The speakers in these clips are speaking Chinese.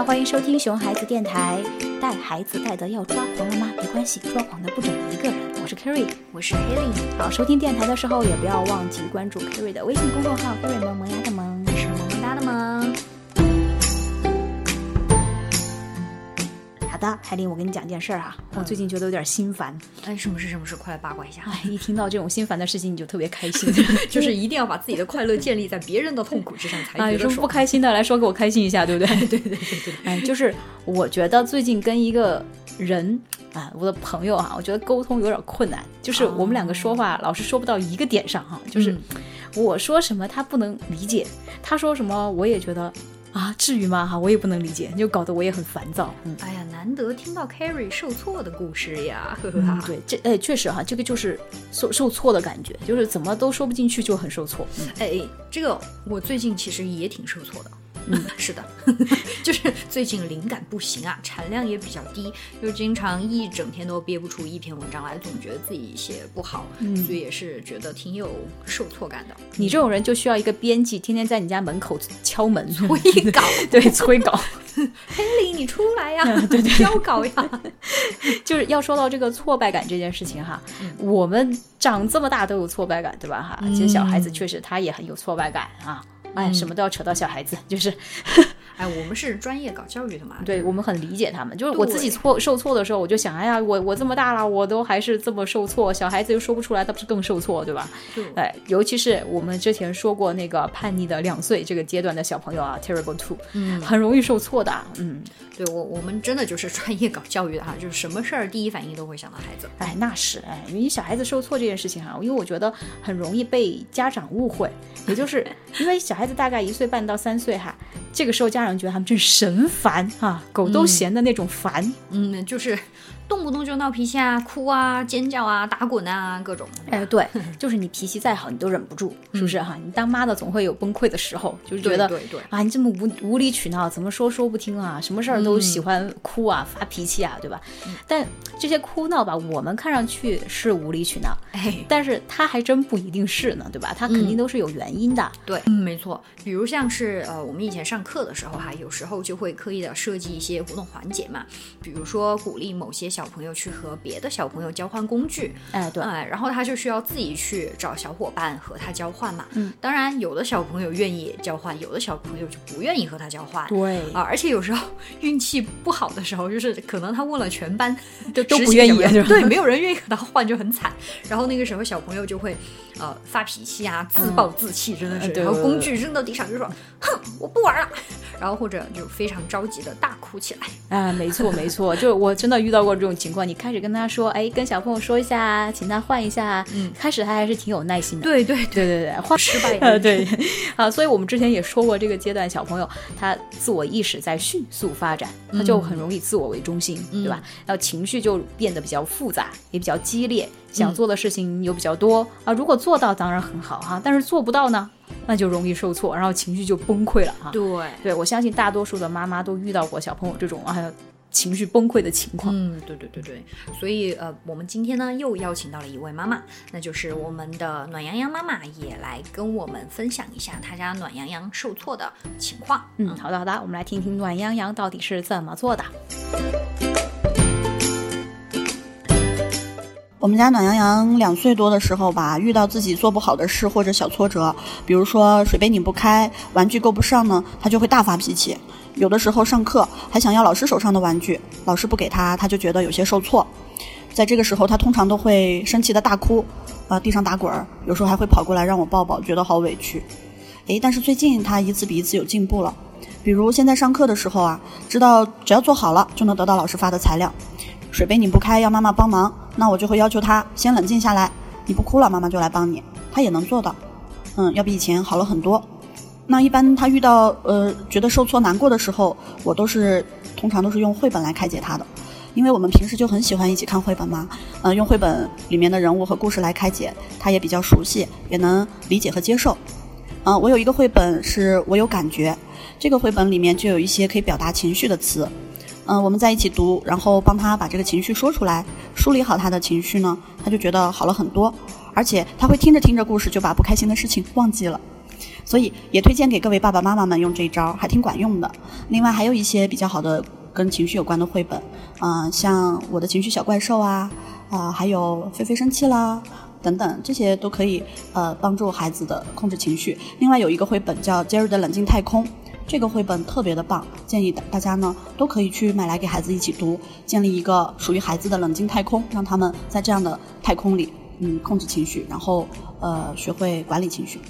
好，欢迎收听熊孩子电台。带孩子带的要抓狂了吗？没关系，抓狂的不止一个人。我是 Carrie， 我是 Haley。 好，收听电台的时候也不要忘记关注 Carrie 的微信公众号 Carrie 萌萌呀的萌， 是萌萌哒的萌。 好的，海林，我跟你讲件事啊，我最近觉得有点心烦。 什么事？快来八卦一下。 一听到这种心烦的事情，你就特别开心， 就是一定要把自己的快乐建立在别人的痛苦之上才觉得爽。 有什么不开心的来说给我开心一下，对不对？ 对。 就是我觉得最近跟一个人我的朋友我觉得沟通有点困难，就是我们两个说话老是说不到一个点上就是我说什么他不能理解，他说什么我也觉得至于吗？我也不能理解，就搞得我也很烦躁。 哎呀，难得听到 Carrie 受挫的故事呀。 对，确实这个就是受挫的感觉，就是怎么都说不进去，就很受挫。 这个我最近其实也挺受挫的。是的，就是最近灵感不行产量也比较低，就经常一整天都憋不出一篇文章来，总觉得自己写不好，所以也是觉得挺有受挫感的。 你这种人就需要一个编辑，天天在你家门口敲门催稿。 对，催稿。 Haley 你出来呀， 对， 交稿呀。 就是要说到这个挫败感这件事情我们长这么大都有挫败感，对吧其实小孩子确实他也很有挫败感什么都要扯到小孩子，就是我们是专业搞教育的嘛， 对，我们很理解他们。就是我自己受挫的时候，我就想我这么大了，我都还是这么受挫，小孩子又说不出来，他不是更受挫，对吧？对，尤其是我们之前说过那个叛逆的2岁这个阶段的小朋友Terrible 2，很容易受挫的。 对，我们真的就是专业搞教育的就是什么事儿第一反应都会想到孩子。 那是因为小孩子受挫这件事情因为我觉得很容易被家长误会，也就是因为小孩子大概1岁半到3岁这个时候家长觉得他们真神烦狗都嫌的那种烦。 就是动不动就闹脾气哭尖叫打滚各种。 对，就是你脾气再好你都忍不住，是不是你当妈的总会有崩溃的时候，就是觉得对你这么无理取闹，怎么说不听什么事儿都喜欢哭发脾气对吧？但这些哭闹吧，我们看上去是无理取闹，但是他还真不一定是呢，对吧？他肯定都是有原因的。 对，没错。比如像是我们以前上课的时候有时候就会刻意的设计一些活动环节嘛，比如说鼓励某些小朋友去和别的小朋友交换工具， 对， 然后他就需要自己去找小伙伴和他交换嘛。当然有的小朋友愿意交换，有的小朋友就不愿意和他交换。 对而且有时候运气不好的时候，就是可能他问了全班都不愿意， 对，没有人愿意和他换，就很惨。然后那个时候小朋友就会发脾气自暴自弃，真的是，然后工具扔到地上就说哼，我不玩了，然后或者就非常着急的大哭起来。 没错，就我真的遇到过这种情况。你开始跟他说跟小朋友说一下，请他换一下，开始他还是挺有耐心的。对，换失败对所以我们之前也说过，这个阶段小朋友他自我意识在迅速发展，他就很容易自我为中心，对吧？然后情绪就变得比较复杂，也比较激烈，想做的事情有比较多如果做到当然很好但是做不到呢，那就容易受挫，然后情绪就崩溃了对，我相信大多数的妈妈都遇到过小朋友这种情绪崩溃的情况。 对，所以我们今天呢又邀请到了一位妈妈，那就是我们的暖洋洋妈妈，也来跟我们分享一下她家暖洋洋受挫的情况。 好的，我们来听听暖洋洋到底是怎么做的。 我们家暖洋洋2岁多的时候吧，遇到自己做不好的事或者小挫折，比如说水杯拧不开，玩具够不上呢，他就会大发脾气。有的时候上课还想要老师手上的玩具，老师不给他，他就觉得有些受挫。在这个时候他通常都会生气的大哭，地上打滚，有时候还会跑过来让我抱抱，觉得好委屈。但是最近他一次比一次有进步了。比如现在上课的时候知道只要做好了就能得到老师发的材料。水杯拧不开要妈妈帮忙，那我就会要求他先冷静下来，你不哭了妈妈就来帮你，他也能做到。要比以前好了很多。那一般他遇到觉得受挫难过的时候，我通常都是用绘本来开解他的，因为我们平时就很喜欢一起看绘本嘛，用绘本里面的人物和故事来开解，他也比较熟悉，也能理解和接受。我有一个绘本是我有感觉，这个绘本里面就有一些可以表达情绪的词。我们在一起读，然后帮他把这个情绪说出来，梳理好他的情绪呢，他就觉得好了很多，而且他会听着听着故事就把不开心的事情忘记了。 所以也推荐给各位爸爸妈妈们用这一招，还挺管用的。另外还有一些比较好的跟情绪有关的绘本，像我的情绪小怪兽啊，还有菲菲生气啦等等，这些都可以帮助孩子的控制情绪。另外有一个绘本叫杰瑞的冷静太空，这个绘本特别的棒，建议大家呢都可以去买来给孩子一起读，建立一个属于孩子的冷静太空，让他们在这样的太空里控制情绪，然后学会管理情绪。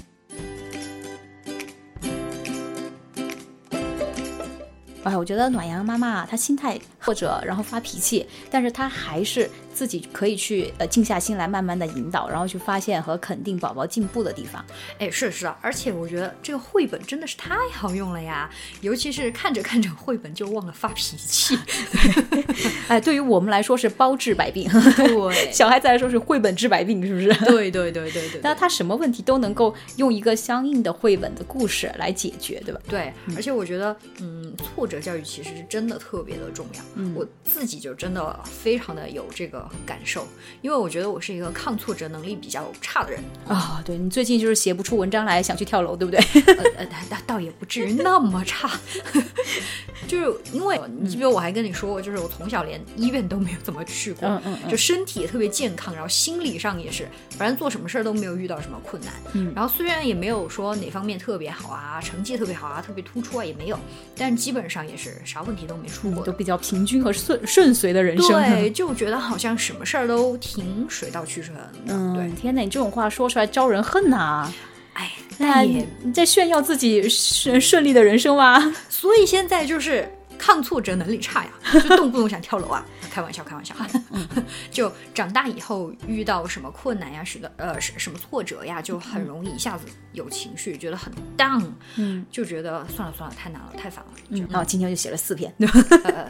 我觉得暖阳妈妈她心态或者然后发脾气，但是她还是自己可以去静下心来慢慢的引导，然后去发现和肯定宝宝进步的地方。 是的，而且我觉得这个绘本真的是太好用了呀，尤其是看着看着绘本就忘了发脾气。 对于我们来说是包治百病， 对， 小孩子来说是绘本治百病，是不是？ 对。 那他什么问题都能够用一个相应的绘本的故事来解决，对吧？ 对，而且我觉得挫折教育其实是真的特别的重要。我自己就真的非常的有这个感受，因为我觉得我是一个抗挫折能力比较差的人。 对，你最近就是写不出文章来，想去跳楼，对不对？ 倒也不至于那么差。就是因为你记不记得我还跟你说过，就是我从小连医院都没有怎么去过，就身体也特别健康，然后心理上也是，反正做什么事儿都没有遇到什么困难。然后虽然也没有说哪方面特别好啊，成绩特别好啊，特别突出啊，也没有，但基本上也是啥问题都没出过， 都比较平均和顺遂的人生。 对，就觉得好像什么事儿都挺水到渠成。对， 天哪，你这种话说出来招人恨呐！ 但也你在炫耀自己顺利的人生吗？ 所以现在就是抗挫折能力差呀，就动不动想跳楼啊！开玩笑。就长大以后遇到什么困难呀，什么挫折呀，就很容易一下子有情绪，觉得很 down，就觉得算了，太难了，太烦了。 今天就写了4篇，对吧？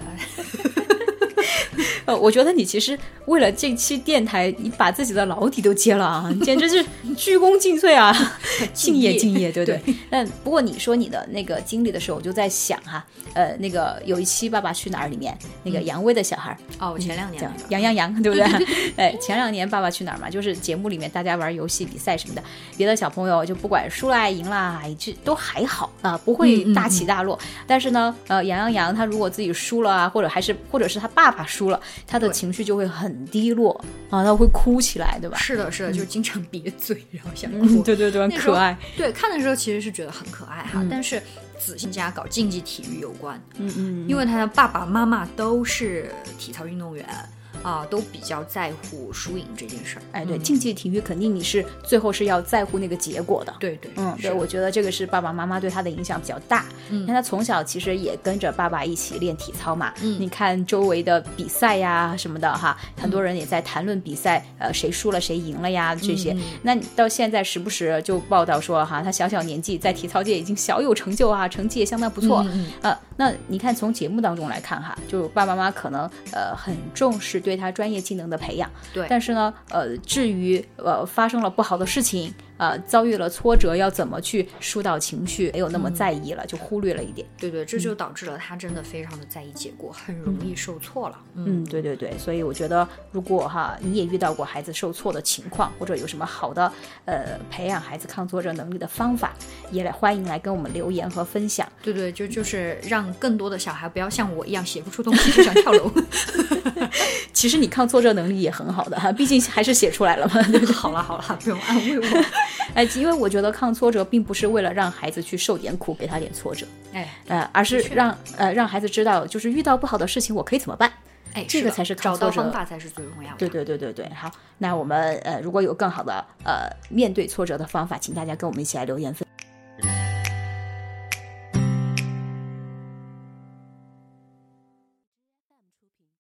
我觉得你其实为了这期电台，你把自己的老底都揭了啊，简直是鞠躬尽瘁啊，敬业，对。但不过你说你的那个经历的时候，我就在想哈，那个有一期《爸爸去哪儿》里面那个杨威的小孩， 前2年杨，对不对？前2年《爸爸去哪儿》嘛，就是节目里面大家玩游戏比赛什么的，别的小朋友就不管输啦赢啦，都还好啊，不会大起大落。但是呢，杨他如果自己输了啊，或者是他爸爸输了，他的情绪就会很低落啊，他会哭起来，对吧？ 是的，就经常瘪嘴，然后想哭。 对，很可爱。 对，看的时候其实是觉得很可爱哈，但是仔细加搞竞技体育有关，因为他的爸爸妈妈都是体操运动员。都比较在乎输赢这件事儿。 对，竞技体育肯定你是最后是要在乎那个结果的。 对， 对，我觉得这个是爸爸妈妈对他的影响比较大。你看他从小其实也跟着爸爸一起练体操嘛。你看周围的比赛呀什么的哈，很多人也在谈论比赛，谁输了谁赢了呀这些。那你到现在时不时就报道说哈，他小年纪在体操界已经小有成就啊，成绩也相当不错。那你看从节目当中来看哈，就爸爸妈妈可能很重视对他专业技能的培养， 对， 但是呢至于发生了不好的事情，遭遇了挫折，要怎么去疏导情绪，没有那么在意了，就忽略了一点。 对，这就导致了他真的非常的在意结果，很容易受挫了。 对，所以我觉得如果你也遇到过孩子受挫的情况，或者有什么好的培养孩子抗挫折能力的方法，也欢迎来跟我们留言和分享。 对，就是让更多的小孩不要像我一样写不出东西就想跳楼。 其实你抗挫折能力也很好的哈，毕竟还是写出来了嘛。 好了，不用安慰我。 因为我觉得抗挫折并不是为了让孩子去受点苦，给他点挫折，而是让孩子知道，就是遇到不好的事情我可以怎么办。这个才是抗挫折， 找到方法才是最重要的。 对。好，那我们如果有更好的面对挫折的方法，请大家跟我们一起来留言分享。